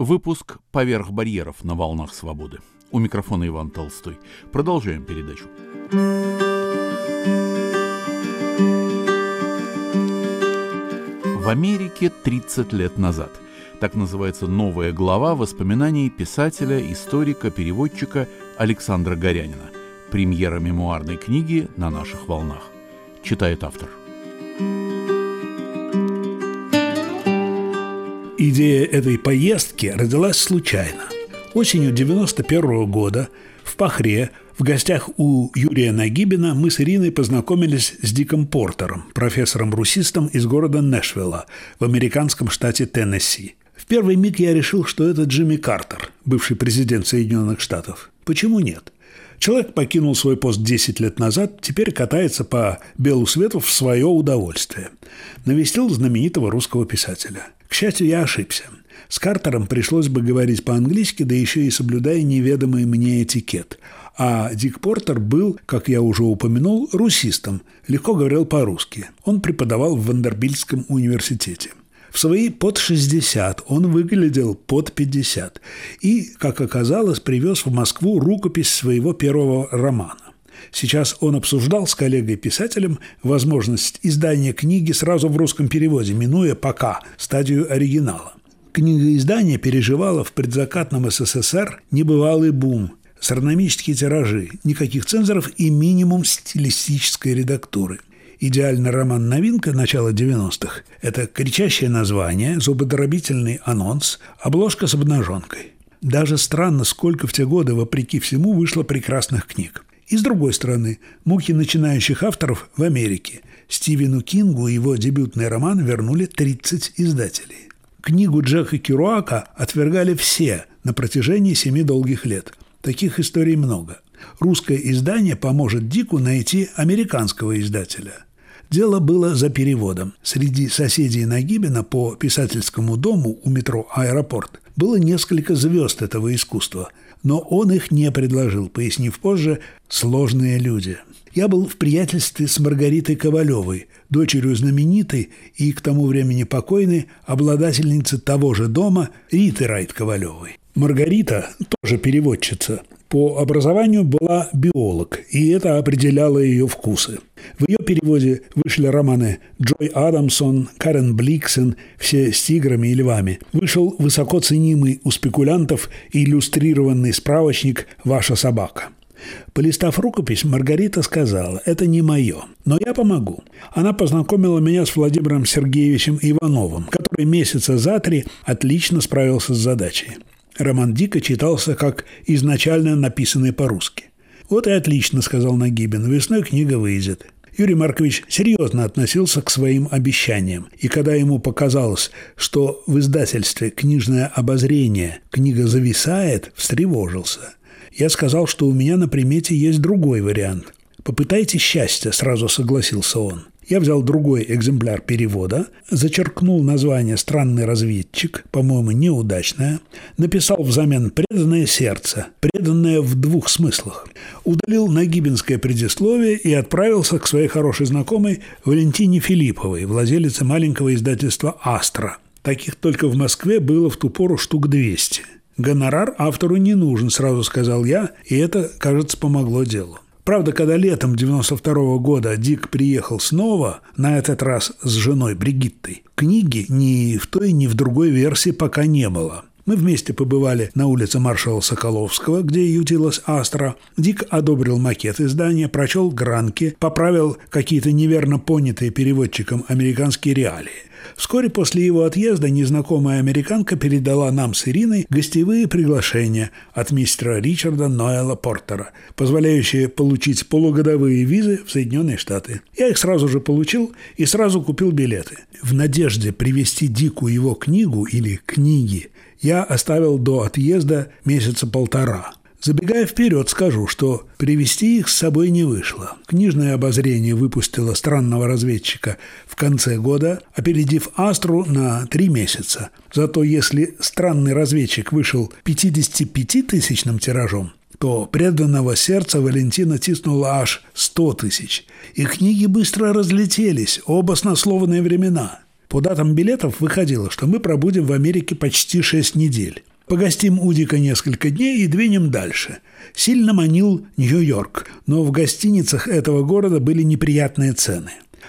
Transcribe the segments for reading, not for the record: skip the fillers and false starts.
Выпуск «Поверх барьеров» на волнах свободы. У микрофона Иван Толстой. Продолжаем передачу. В Америке 30 лет назад. Так называется новая глава воспоминаний писателя, историка, переводчика Александра Горянина. Премьера мемуарной книги на наших волнах. Читает автор. Идея этой поездки родилась случайно. Осенью 1991 года в Пахре, в гостях у Юрия Нагибина, мы с Ириной познакомились с Диком Портером, профессором-русистом из города Нэшвилла в американском штате Теннесси. В первый миг я решил, что это Джимми Картер, бывший президент Соединенных Штатов. Почему нет? Человек покинул свой пост 10 лет назад, теперь катается по белу свету в свое удовольствие. Навестил знаменитого русского писателя. К счастью, я ошибся. С Картером пришлось бы говорить по-английски, да еще и соблюдая неведомый мне этикет. А Дик Портер был, как я уже упомянул, русистом, легко говорил по-русски. Он преподавал в Вандербильтском университете. В свои под 60 он выглядел под 50 и, как оказалось, привез в Москву рукопись своего первого романа. Сейчас он обсуждал с коллегой-писателем возможность издания книги сразу в русском переводе, минуя пока стадию оригинала. Книгоиздание переживало в предзакатном СССР небывалый бум, астрономические тиражи, никаких цензоров и минимум стилистической редактуры. Идеальный роман-новинка начала 90-х – это кричащее название, зубодробительный анонс, обложка с обнаженкой. Даже странно, сколько в те годы, вопреки всему, вышло прекрасных книг. И с другой стороны, муки начинающих авторов в Америке. Стивену Кингу его дебютный роман вернули 30 издателей. Книгу Джека Керуака отвергали все на протяжении 7 долгих лет. Таких историй много. Русское издание поможет Дику найти американского издателя. Дело было за переводом. Среди соседей Нагибина по писательскому дому у метро «Аэропорт» было несколько звезд этого искусства, но он их не предложил, пояснив позже «сложные люди». Я был в приятельстве с Маргаритой Ковалевой, дочерью знаменитой и к тому времени покойной обладательницы того же дома Риты Райт-Ковалевой. Маргарита, тоже переводчица, по образованию была биолог, и это определяло ее вкусы. В ее переводе вышли романы Джой Адамсон, Карен Бликсен, все с тиграми и львами. Вышел высоко ценимый у спекулянтов иллюстрированный справочник «Ваша собака». Полистав рукопись, Маргарита сказала: «Это не мое, но я помогу». Она познакомила меня с Владимиром Сергеевичем Ивановым, который месяца за 3 отлично справился с задачей. Роман Дика читался как изначально написанный по-русски. «Вот и отлично», — сказал Нагибин, — «весной книга выйдет». Юрий Маркович серьезно относился к своим обещаниям, и когда ему показалось, что в издательстве «Книжное обозрение» книга зависает, встревожился. Я сказал, что у меня на примете есть другой вариант. «Попытайте счастья», — сразу согласился он. Я взял другой экземпляр перевода, зачеркнул название «Странный разведчик», по-моему, неудачное, написал взамен «Преданное сердце», преданное в 2 смыслах, удалил нагибинское предисловие и отправился к своей хорошей знакомой Валентине Филипповой, владелице маленького издательства «Астра». Таких только в Москве было в ту пору штук 200. «Гонорар автору не нужен», сразу сказал я, и это, кажется, помогло делу. Правда, когда летом 92 года Дик приехал снова, на этот раз с женой Бригиттой, книги ни в той, ни в другой версии пока не было. Мы вместе побывали на улице маршала Соколовского, где ютилась «Астра». Дик одобрил макет издания, прочел гранки, поправил какие-то неверно понятые переводчиком американские реалии. Вскоре после его отъезда незнакомая американка передала нам с Ириной гостевые приглашения от мистера Ричарда Ноэла Портера, позволяющие получить полугодовые визы в Соединенные Штаты. Я их сразу же получил и сразу купил билеты. В надежде привезти Дику его книгу или книги я оставил до отъезда месяца 1,5. Забегая вперед, скажу, что привезти их с собой не вышло. Книжное обозрение выпустило «Странного разведчика» в конце года, опередив «Астру» на 3 месяца. Зато если «Странный разведчик» вышел 55-тысячным тиражом, то «Преданного сердца» Валентина тиснула аж 100 тысяч. И книги быстро разлетелись, оба с насловные времена. По датам билетов выходило, что мы пробудем в Америке почти 6 недель. Погостим у Дика несколько дней и двинем дальше. Сильно манил Нью-Йорк, но в гостиницах этого города были неприятные цены.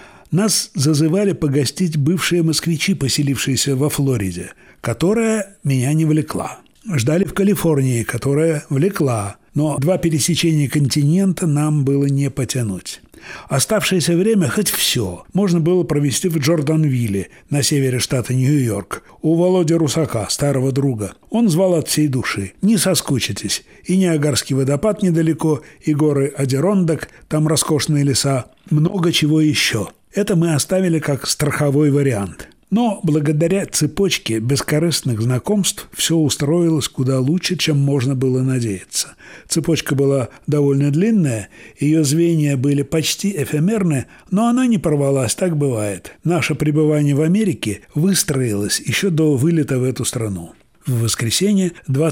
Нас зазывали погостить бывшие москвичи, поселившиеся во Флориде, которая меня не влекла. Ждали в Калифорнии, которая влекла, но 2 пересечения континента нам было не потянуть. Оставшееся время хоть все можно было провести в Джорданвилле, на севере штата Нью-Йорк, у Володи Русака, старого друга. Он звал от всей души. Не соскучитесь. И Ниагарский водопад недалеко, и горы Адирондак, там роскошные леса, много чего еще. Это мы оставили как страховой вариант. Но благодаря цепочке бескорыстных знакомств все устроилось куда лучше, чем можно было надеяться. Цепочка была довольно длинная, ее звенья были почти эфемерны, но она не порвалась, так бывает. Наше пребывание в Америке выстроилось еще до вылета в эту страну. В воскресенье,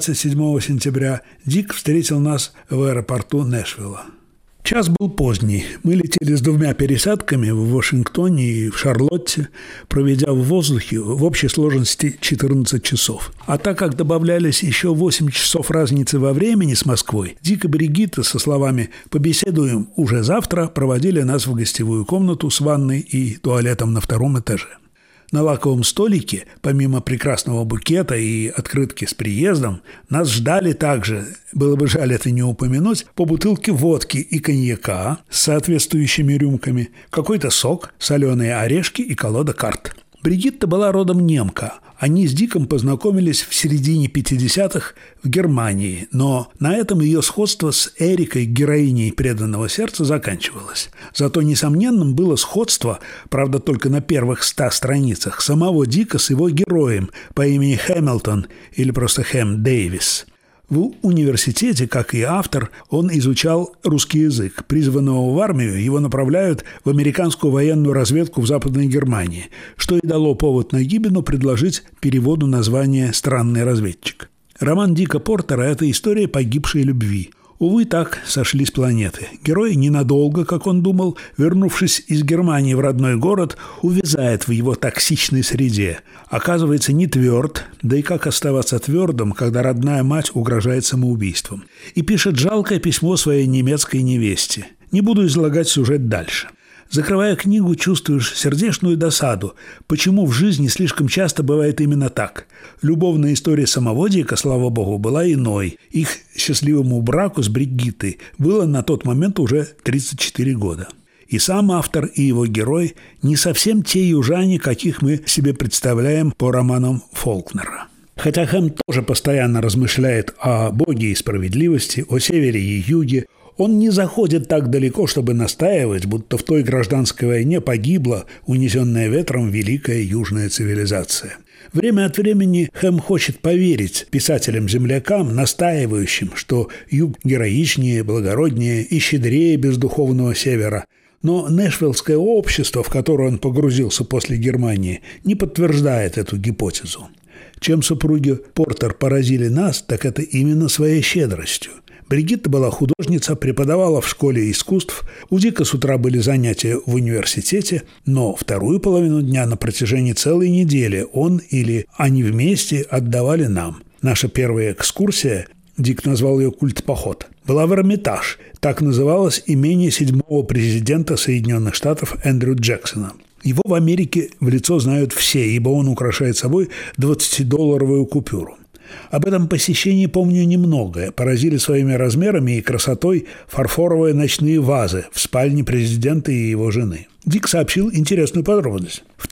27 сентября, Дик встретил нас в аэропорту Нэшвилла. Час был поздний. Мы летели с 2 пересадками в Вашингтоне и в Шарлотте, проведя в воздухе в общей сложности 14 часов. А так как добавлялись еще 8 часов разницы во времени с Москвой, Дик и Бригитта со словами «побеседуем уже завтра» проводили нас в гостевую комнату с ванной и туалетом на 2 этаже. На лаковом столике, помимо прекрасного букета и открытки с приездом, нас ждали также, было бы жаль это не упомянуть, по бутылке водки и коньяка с соответствующими рюмками, какой-то сок, соленые орешки и колода карт. Бригитта была родом немка. Они с Диком познакомились в середине 50-х в Германии, но на этом ее сходство с Эрикой, героиней «Преданного сердца», заканчивалось. Зато несомненным было сходство, правда только на первых 100 страницах, самого Дика с его героем по имени Хэмилтон или просто Хэм Дэвис. В университете, как и автор, он изучал русский язык. Призванного в армию его направляют в американскую военную разведку в Западной Германии, что и дало повод Нагибину предложить переводу названия «Странный разведчик». Роман Дика Портера – это история погибшей любви. Увы, так сошлись планеты. Герой ненадолго, как он думал, вернувшись из Германии в родной город, увязает в его токсичной среде. Оказывается, не тверд, да и как оставаться твердым, когда родная мать угрожает самоубийством. И пишет жалкое письмо своей немецкой невесте. Не буду излагать сюжет дальше. Закрывая книгу, чувствуешь сердечную досаду. Почему в жизни слишком часто бывает именно так? Любовная история самого Дика, слава богу, была иной. Их счастливому браку с Бригиттой было на тот момент уже 34 года. И сам автор, и его герой не совсем те южане, каких мы себе представляем по романам Фолкнера. Хотя Хэм тоже постоянно размышляет о Боге и справедливости, о севере и юге, он не заходит так далеко, чтобы настаивать, будто в той гражданской войне погибла, унесенная ветром, великая южная цивилизация. Время от времени Хэм хочет поверить писателям-землякам, настаивающим, что юг героичнее, благороднее и щедрее бездуховного севера. Но нэшвиллское общество, в которое он погрузился после Германии, не подтверждает эту гипотезу. Чем супруги Портер поразили нас, так это именно своей щедростью. Бригитта была художница, преподавала в школе искусств, у Дика с утра были занятия в университете, но вторую половину дня на протяжении целой недели он или они вместе отдавали нам. Наша первая экскурсия, Дик назвал ее «Культпоход», была в Эрмитаж, так называлось имение 7-го президента Соединенных Штатов Эндрю Джексона. Его в Америке в лицо знают все, ибо он украшает собой 20-долларовую купюру. Об этом посещении помню немногое. Поразили своими размерами и красотой фарфоровые ночные вазы в спальне президента и его жены. Дик сообщил интересную подробность. В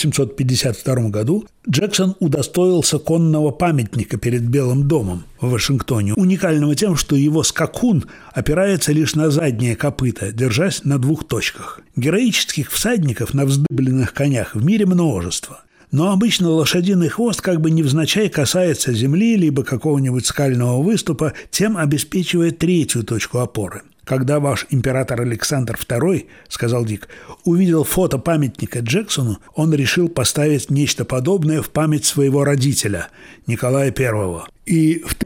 1852 году Джексон удостоился конного памятника перед Белым домом в Вашингтоне, уникального тем, что его скакун опирается лишь на заднее копыто, держась на 2 точках. Героических всадников на вздыбленных конях в мире множество. Но обычно лошадиный хвост как бы невзначай касается земли либо какого-нибудь скального выступа, тем обеспечивает 3-ю точку опоры. Когда ваш император Александр II, сказал Дик, увидел фото памятника Джексону, он решил поставить нечто подобное в память своего родителя, Николая I. И в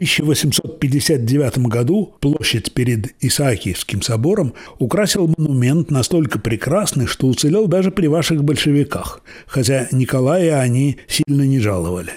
1859 году площадь перед Исаакиевским собором украсил монумент настолько прекрасный, что уцелел даже при ваших большевиках, хотя Николая они сильно не жаловали.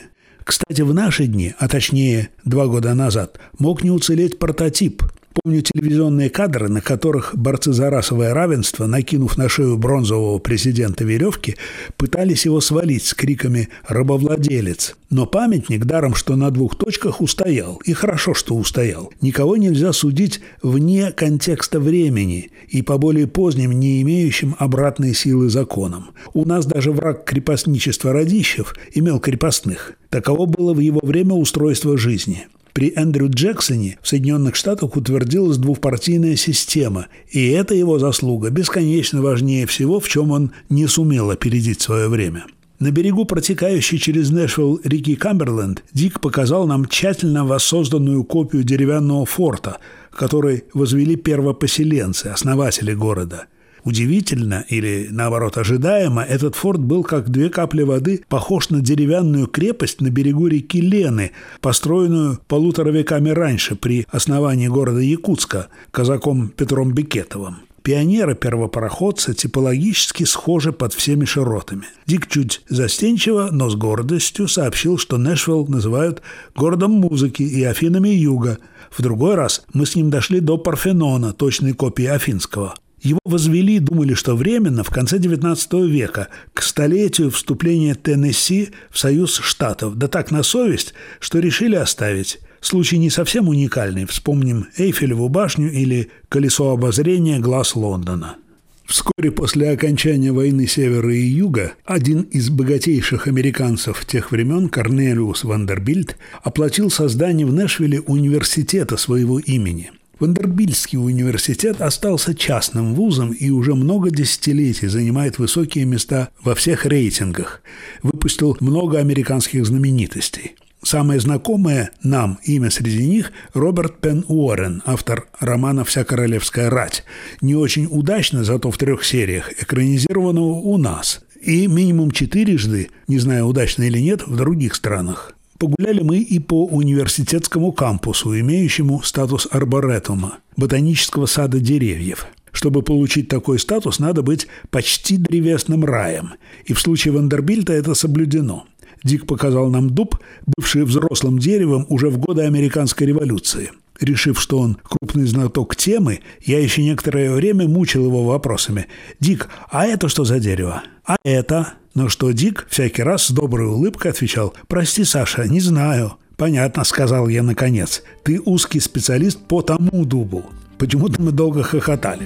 Кстати, в наши дни, а точнее 2 года назад, мог не уцелеть прототип. Помню телевизионные кадры, на которых борцы за расовое равенство, накинув на шею бронзового президента веревки, пытались его свалить с криками «рабовладелец». Но памятник, даром что на 2 точках, устоял. И хорошо, что устоял. Никого нельзя судить вне контекста времени и по более поздним, не имеющим обратной силы законам. У нас даже враг крепостничества Радищев имел крепостных. Таково было в его время устройство жизни. При Эндрю Джексоне в Соединенных Штатах утвердилась двухпартийная система, и это его заслуга бесконечно важнее всего, в чем он не сумел опередить свое время. На берегу протекающей через Нэшвилл реки Камберленд Дик показал нам тщательно воссозданную копию деревянного форта, который возвели первопоселенцы, основатели города. Удивительно, или, наоборот, ожидаемо, этот форт был, как 2 капли воды, похож на деревянную крепость на берегу реки Лены, построенную 1,5 века раньше при основании города Якутска казаком Петром Бекетовым. Пионеры-первопроходцы типологически схожи под всеми широтами. Дик чуть застенчиво, но с гордостью сообщил, что Нэшвилл называют городом музыки и Афинами Юга. В другой раз мы с ним дошли до Парфенона, точной копии афинского. Его возвели и думали, что временно, в конце XIX века, к столетию вступления Теннесси в Союз Штатов. Да так на совесть, что решили оставить. Случай не совсем уникальный. Вспомним Эйфелеву башню или колесо обозрения «Глаз Лондона». Вскоре после окончания войны Севера и Юга один из богатейших американцев тех времен, Корнелиус Вандербильт, оплатил создание в Нэшвилле университета своего имени. Вандербильтский университет остался частным вузом и уже много десятилетий занимает высокие места во всех рейтингах. Выпустил много американских знаменитостей. Самое знакомое нам имя среди них – Роберт Пен Уоррен, автор романа «Вся королевская рать». Не очень удачно, зато в 3 сериях, экранизированного у нас. И минимум 4, не знаю, удачно или нет, в других странах. Погуляли мы и по университетскому кампусу, имеющему статус арборетума, ботанического сада деревьев. Чтобы получить такой статус, надо быть почти древесным раем. И в случае Вандербильта это соблюдено. Дик показал нам дуб, бывший взрослым деревом уже в годы Американской революции. Решив, что он крупный знаток темы, я еще некоторое время мучил его вопросами. «Дик, а это что за дерево? А это?» На что Дик всякий раз с доброй улыбкой отвечал: «Прости, Саша, не знаю». «Понятно», — сказал я наконец. «Ты узкий специалист по тому дубу». Почему-то мы долго хохотали.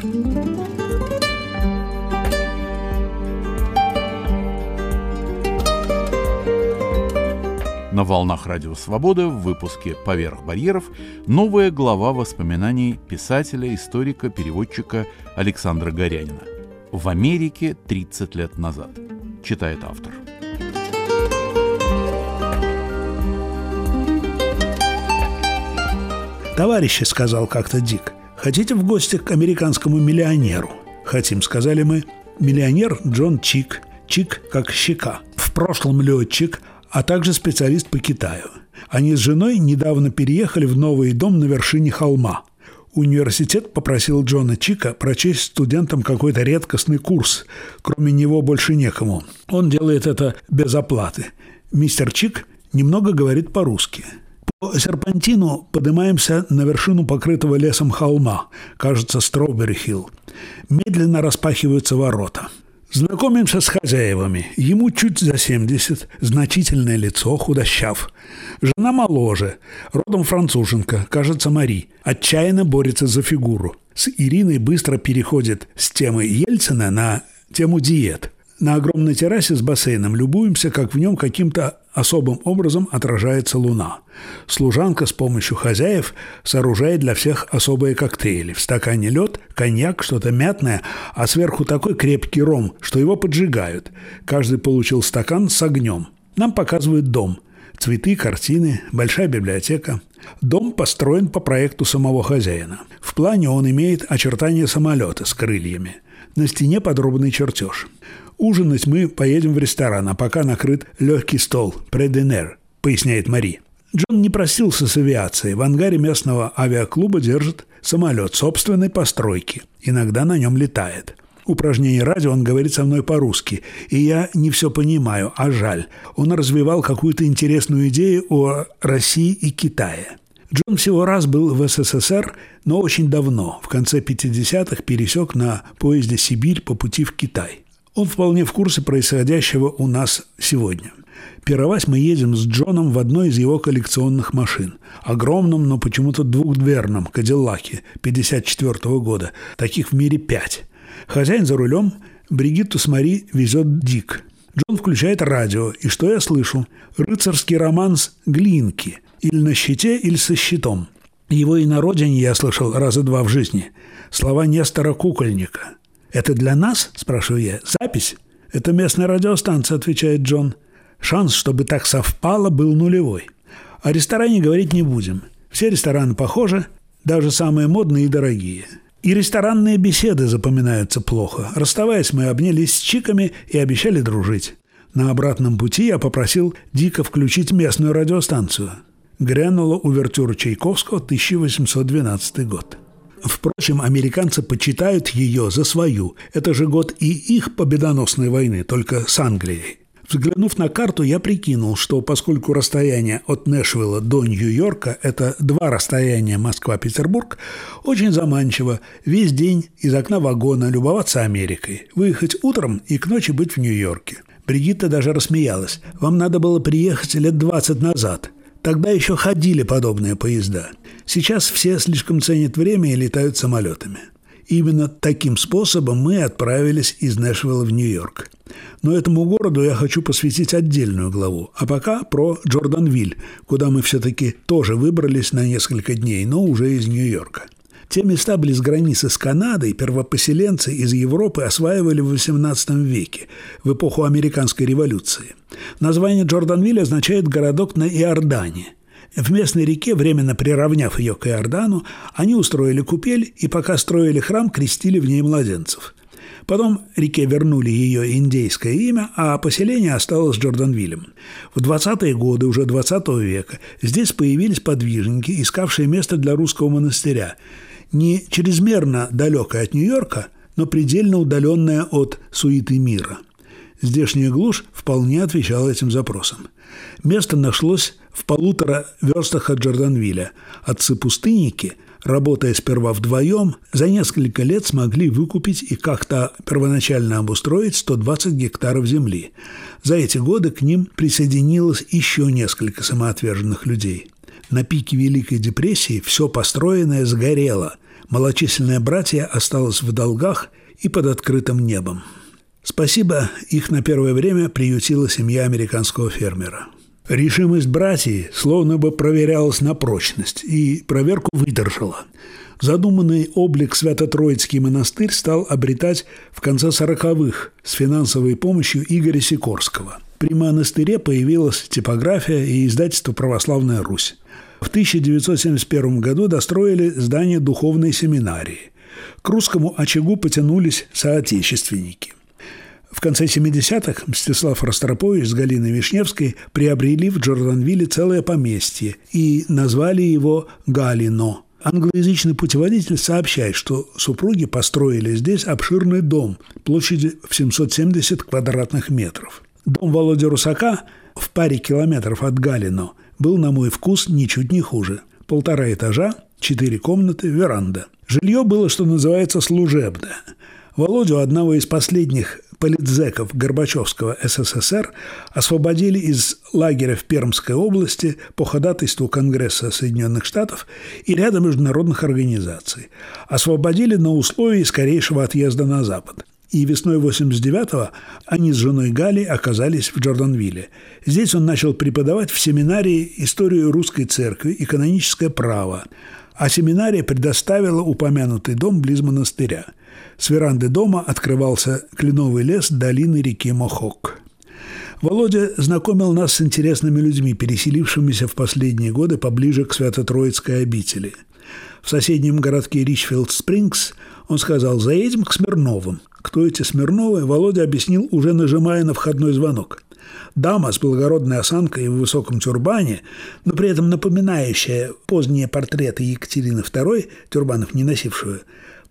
На волнах Радио Свобода в выпуске «Поверх барьеров» новая глава воспоминаний писателя, историка, переводчика Александра Горянина. «В Америке 30 лет назад», читает автор. «Товарищи», — сказал как-то Дик, — «хотите в гости к американскому миллионеру?» «Хотим», — сказали мы. Миллионер Джон Чик, Чик как щека, в прошлом летчик, а также специалист по Китаю. Они с женой недавно переехали в новый дом на вершине холма. Университет попросил Джона Чика прочесть студентам какой-то редкостный курс. Кроме него больше некому. Он делает это без оплаты. Мистер Чик немного говорит по-русски. По серпантину поднимаемся на вершину покрытого лесом холма, кажется, Стrawberry-Hill. Медленно распахиваются ворота. Знакомимся с хозяевами. Ему чуть за 70, значительное лицо, худощав. Жена моложе, родом француженка, кажется, Мари. Отчаянно борется за фигуру. С Ириной быстро переходит с темы Ельцина на тему диет. На огромной террасе с бассейном любуемся, как в нем каким-то особым образом отражается луна. Служанка с помощью хозяев сооружает для всех особые коктейли. В стакане лед, коньяк, что-то мятное, а сверху такой крепкий ром, что его поджигают. Каждый получил стакан с огнем. Нам показывают дом. Цветы, картины, большая библиотека. Дом построен по проекту самого хозяина. В плане он имеет очертания самолета с крыльями. На стене подробный чертеж. Ужинать мы поедем в ресторан, а пока накрыт легкий стол, прединер, поясняет Мари. Джон не простился с авиацией. В ангаре местного авиаклуба держит самолет собственной постройки. Иногда на нем летает. упражнений радио он говорит со мной по-русски, и я не все понимаю, а жаль. Он развивал какую-то интересную идею о России и Китае. Джон всего раз был в СССР, но очень давно, в конце 50-х, пересек на поезде Сибирь по пути в Китай. Он вполне в курсе происходящего у нас сегодня. Пировать мы едем с Джоном в одной из его коллекционных машин. Огромном, но почему-то двухдверном Кадиллаке 54-го года. Таких в мире 5. Хозяин за рулем, Бригитту с Мари везет Дик. Джон включает радио, и что я слышу? Рыцарский романс Глинки. Или на щите, или со щитом. Его и на родине я слышал раза 2 в жизни. Слова Нестора Кукольника. «Это для нас?» – спрашиваю я. «Запись?» «Это местная радиостанция», – отвечает Джон. Шанс, чтобы так совпало, был нулевой. О ресторане говорить не будем. Все рестораны похожи, даже самые модные и дорогие. И ресторанные беседы запоминаются плохо. Расставаясь, мы обнялись с чиками и обещали дружить. На обратном пути я попросил Дика включить местную радиостанцию. Грянула увертюра Чайковского, 1812 год. Впрочем, американцы почитают ее за свою. Это же год и их победоносной войны, только с Англией. Взглянув на карту, я прикинул, что поскольку расстояние от Нэшвилла до Нью-Йорка – это 2 расстояния Москва-Петербург, очень заманчиво весь день из окна вагона любоваться Америкой, выехать утром и к ночи быть в Нью-Йорке. Бригитта даже рассмеялась. «Вам надо было приехать лет 20 назад. Тогда еще ходили подобные поезда. Сейчас все слишком ценят время и летают самолетами». Именно таким способом мы отправились из Нэшвилла в Нью-Йорк. Но этому городу я хочу посвятить отдельную главу. А пока про Джорданвиль, куда мы все-таки тоже выбрались на несколько дней, но уже из Нью-Йорка. Те места близ границы с Канадой первопоселенцы из Европы осваивали в XVIII веке, в эпоху Американской революции. Название Джорданвиль означает «городок на Иордане». В местной реке, временно приравняв ее к Иордану, они устроили купель и, пока строили храм, крестили в ней младенцев. Потом реке вернули ее индейское имя, а поселение осталось Джорданвилем. В 20-е годы уже 20 века здесь появились подвижники, искавшие место для русского монастыря, не чрезмерно далекое от Нью-Йорка, но предельно удаленное от суеты мира. Здешняя глушь вполне отвечала этим запросам. Место нашлось в 1,5 верстах от Джорданвиля. Отцы-пустынники, работая сперва вдвоем, за несколько лет смогли выкупить и как-то первоначально обустроить 120 гектаров земли. За эти годы к ним присоединилось еще несколько самоотверженных людей. На пике Великой депрессии все построенное сгорело. Малочисленное братья осталось в долгах и под открытым небом. Спасибо, их на первое время приютила семья американского фермера. Решимость братьев словно бы проверялась на прочность, и проверку выдержала. Задуманный облик Свято-Троицкий монастырь стал обретать в конце 40-х с финансовой помощью Игоря Сикорского. При монастыре появилась типография и издательство «Православная Русь». В 1971 году достроили здание духовной семинарии. К русскому очагу потянулись соотечественники. В конце 70-х Мстислав Ростропович с Галиной Вишневской приобрели в Джорданвиле целое поместье и назвали его Галино. Англоязычный путеводитель сообщает, что супруги построили здесь обширный дом площадью в 770 квадратных метров. Дом Володи Русака в паре километров от Галино был, на мой вкус, ничуть не хуже. 1,5 этажа, 4 комнаты, веранда. Жилье было, что называется, служебное. Володю, одного из последних политзеков Горбачевского СССР, освободили из лагеря в Пермской области по ходатайству Конгресса Соединенных Штатов и ряда международных организаций. Освободили на условии скорейшего отъезда на Запад. И весной 1989-го они с женой Галей оказались в Джорданвиле. Здесь он начал преподавать в семинарии историю русской церкви и каноническое право, а семинария предоставила упомянутый дом близ монастыря. С веранды дома открывался кленовый лес долины реки Мохок. Володя знакомил нас с интересными людьми, переселившимися в последние годы поближе к Свято-Троицкой обители. В соседнем городке Ричфилд-Спрингс он сказал: «Заедем к Смирновым». Кто эти Смирновы, Володя объяснил, уже нажимая на входной звонок. Дама с благородной осанкой и в высоком тюрбане, но при этом напоминающая поздние портреты Екатерины II, тюрбанов не носившую,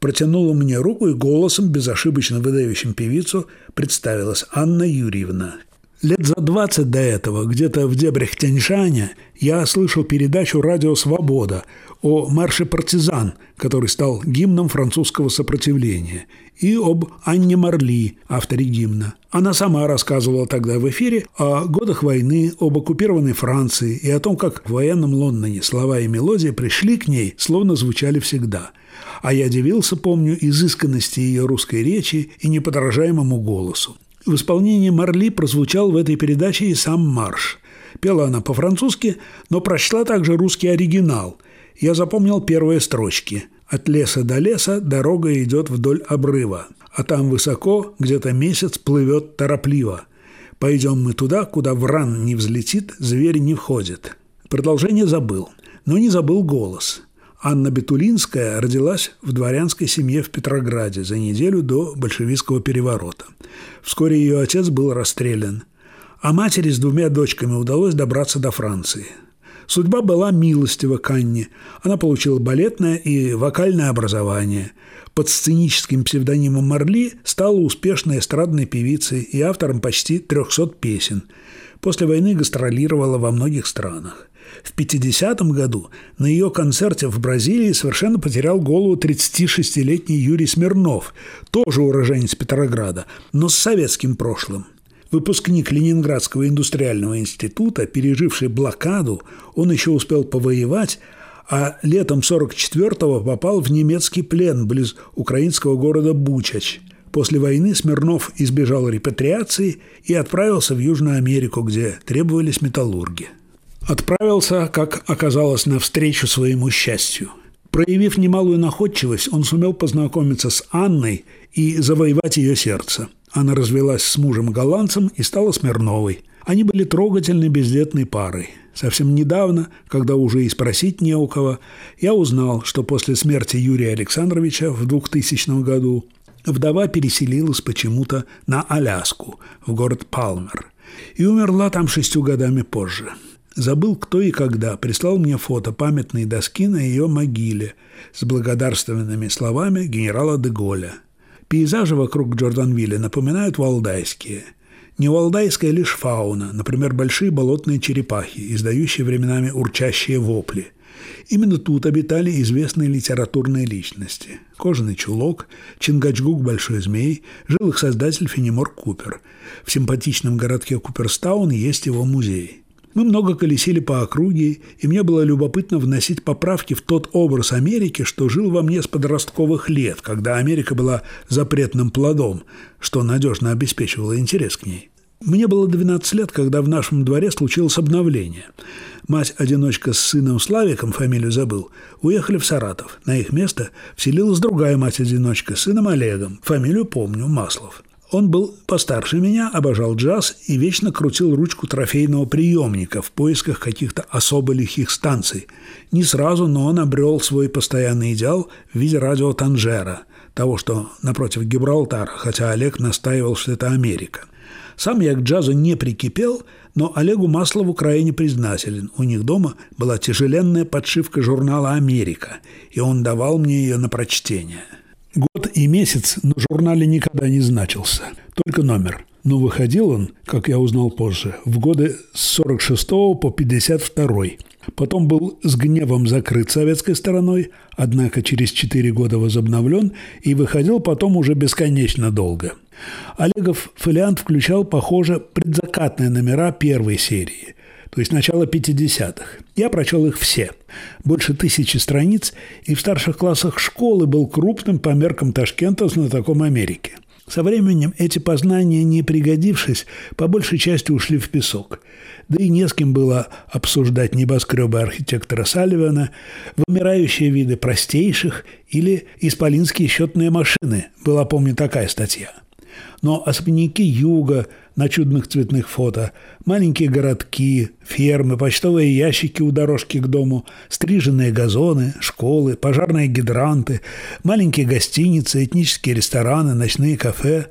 протянула мне руку и голосом, безошибочно выдающим певицу, представилась: Анна Юрьевна. Лет за 20 до этого, где-то в дебрях Тяньшаня, я слышал передачу «Радио Свобода» о марше партизан, который стал гимном французского сопротивления, и об Анне Марли, авторе гимна. Она сама рассказывала тогда в эфире о годах войны, об оккупированной Франции и о том, как в военном Лондоне слова и мелодия пришли к ней, словно звучали всегда. А я дивился, помню, изысканности ее русской речи и неподражаемому голосу. В исполнении Марли прозвучал в этой передаче и сам марш. Пела она по-французски, но прочла также русский оригинал. Я запомнил первые строчки. «От леса до леса дорога идет вдоль обрыва, а там высоко где-то месяц плывет торопливо. Пойдем мы туда, куда вран не взлетит, зверь не входит». Продолжение забыл, но не забыл голос. Анна Бетулинская родилась в дворянской семье в Петрограде за неделю до большевистского переворота. Вскоре ее отец был расстрелян, а матери с 2 дочками удалось добраться до Франции. Судьба была милостива к Анне. Она получила балетное и вокальное образование. Под сценическим псевдонимом Марли стала успешной эстрадной певицей и автором почти 300 песен. После войны гастролировала во многих странах. В 50-м году на ее концерте в Бразилии совершенно потерял голову 36-летний Юрий Смирнов, тоже уроженец Петрограда, но с советским прошлым. Выпускник Ленинградского индустриального института, переживший блокаду, он еще успел повоевать, а летом 44-го попал в немецкий плен близ украинского города Бучач. После войны Смирнов избежал репатриации и отправился в Южную Америку, где требовались металлурги. Отправился, как оказалось, навстречу своему счастью. Проявив немалую находчивость, он сумел познакомиться с Анной и завоевать ее сердце. Она развелась с мужем-голландцем и стала Смирновой. Они были трогательной бездетной парой. Совсем недавно, когда уже и спросить не у кого, я узнал, что после смерти Юрия Александровича в 2000 году вдова переселилась почему-то на Аляску, в город Палмер, и умерла там 6 годами позже. Забыл, кто и когда прислал мне фото памятной доски на ее могиле с благодарственными словами генерала де Голля. Пейзажи вокруг Джорданвилля напоминают валдайские. Не валдайская лишь фауна, например, большие болотные черепахи, издающие временами урчащие вопли. Именно тут обитали известные литературные личности. Кожаный чулок, Чингачгук Большой Змей, жил их создатель Фенемор Купер. В симпатичном городке Куперстаун есть его музей. Мы много колесили по округе, и мне было любопытно вносить поправки в тот образ Америки, что жил во мне с подростковых лет, когда Америка была запретным плодом, что надежно обеспечивало интерес к ней. Мне было 12 лет, когда в нашем дворе случилось обновление. Мать-одиночка с сыном Славиком, фамилию забыл, уехали в Саратов. На их место вселилась другая мать-одиночка с сыном Олегом, фамилию помню, Маслов. Он был постарше меня, обожал джаз и вечно крутил ручку трофейного приемника в поисках каких-то особо лихих станций. Не сразу, но он обрел свой постоянный идеал в виде радио Танжера, того, что напротив Гибралтара, хотя Олег настаивал, что это Америка. Сам я к джазу не прикипел, но Олегу Маслову крайне признателен. У них дома была тяжеленная подшивка журнала «Америка», и он давал мне ее на прочтение. Год и месяц на журнале никогда не значился, только номер. Но выходил он, как я узнал позже, в годы с 46 по 52. Потом был с гневом закрыт советской стороной, однако через 4 года возобновлен и выходил потом уже бесконечно долго. Олегов фолиант включал, похоже, предзакатные номера первой серии, то есть начало 50-х. Я прочел их все. Больше 1000 страниц, и в старших классах школы был крупным по меркам Ташкента знатоком Америки. Со временем эти познания, не пригодившись, по большей части ушли в песок. Да и не с кем было обсуждать небоскребы архитектора Салливана, вымирающие виды простейших или исполинские счетные машины. Была, помню, такая статья. Но особняки юга на чудных цветных фото, маленькие городки, фермы, почтовые ящики у дорожки к дому, стриженные газоны, школы, пожарные гидранты, маленькие гостиницы, этнические рестораны, ночные кафе,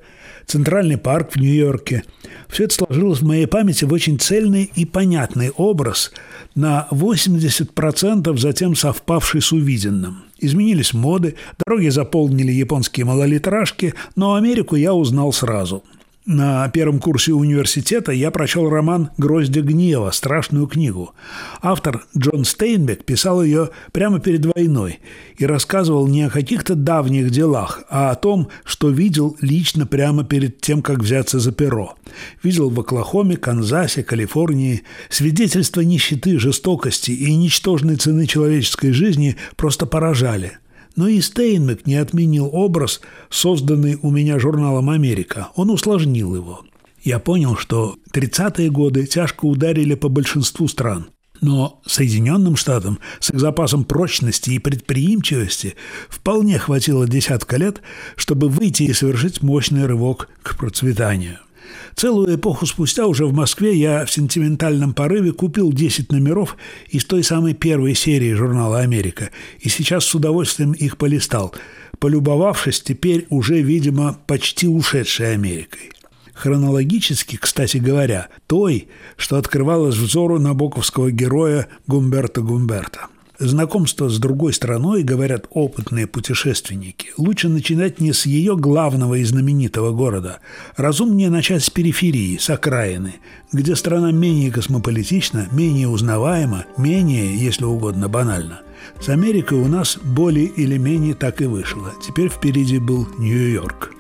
Центральный парк в Нью-Йорке. Все это сложилось в моей памяти в очень цельный и понятный образ, на 80% затем совпавший с увиденным. Изменились моды, дороги заполнили японские малолитражки, но Америку я узнал сразу. На первом курсе университета я прочел роман «Гроздья гнева», страшную книгу. Автор Джон Стейнбек писал ее прямо перед войной и рассказывал не о каких-то давних делах, а о том, что видел лично прямо перед тем, как взяться за перо. Видел в Оклахоме, Канзасе, Калифорнии. Свидетельства нищеты, жестокости и ничтожной цены человеческой жизни просто поражали. Но и Стейнбек не отменил образ, созданный у меня журналом «Америка». Он усложнил его. Я понял, что 30-е годы тяжко ударили по большинству стран. Но Соединенным Штатам с их запасом прочности и предприимчивости вполне хватило десятка лет, чтобы выйти и совершить мощный рывок к процветанию. Целую эпоху спустя уже в Москве я в сентиментальном порыве купил 10 номеров из той самой первой серии журнала «Америка» и сейчас с удовольствием их полистал, полюбовавшись теперь уже, видимо, почти ушедшей Америкой. Хронологически, кстати говоря, той, что открывалась взору набоковского героя Гумберто Гумберто. Знакомство с другой страной, говорят опытные путешественники, лучше начинать не с ее главного и знаменитого города. Разумнее начать с периферии, с окраины, где страна менее космополитична, менее узнаваема, менее, если угодно, банальна. С Америкой у нас более или менее так и вышло. Теперь впереди был Нью-Йорк.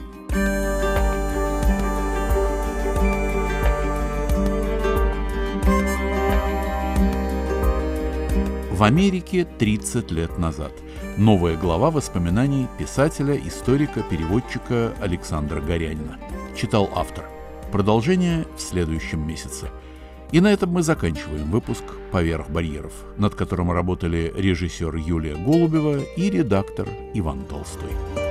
В Америке 30 лет назад. Новая глава воспоминаний писателя, историка, переводчика Александра Горянина. Читал автор. Продолжение в следующем месяце. И на этом мы заканчиваем выпуск «Поверх барьеров», над которым работали режиссер Юлия Голубева и редактор Иван Толстой.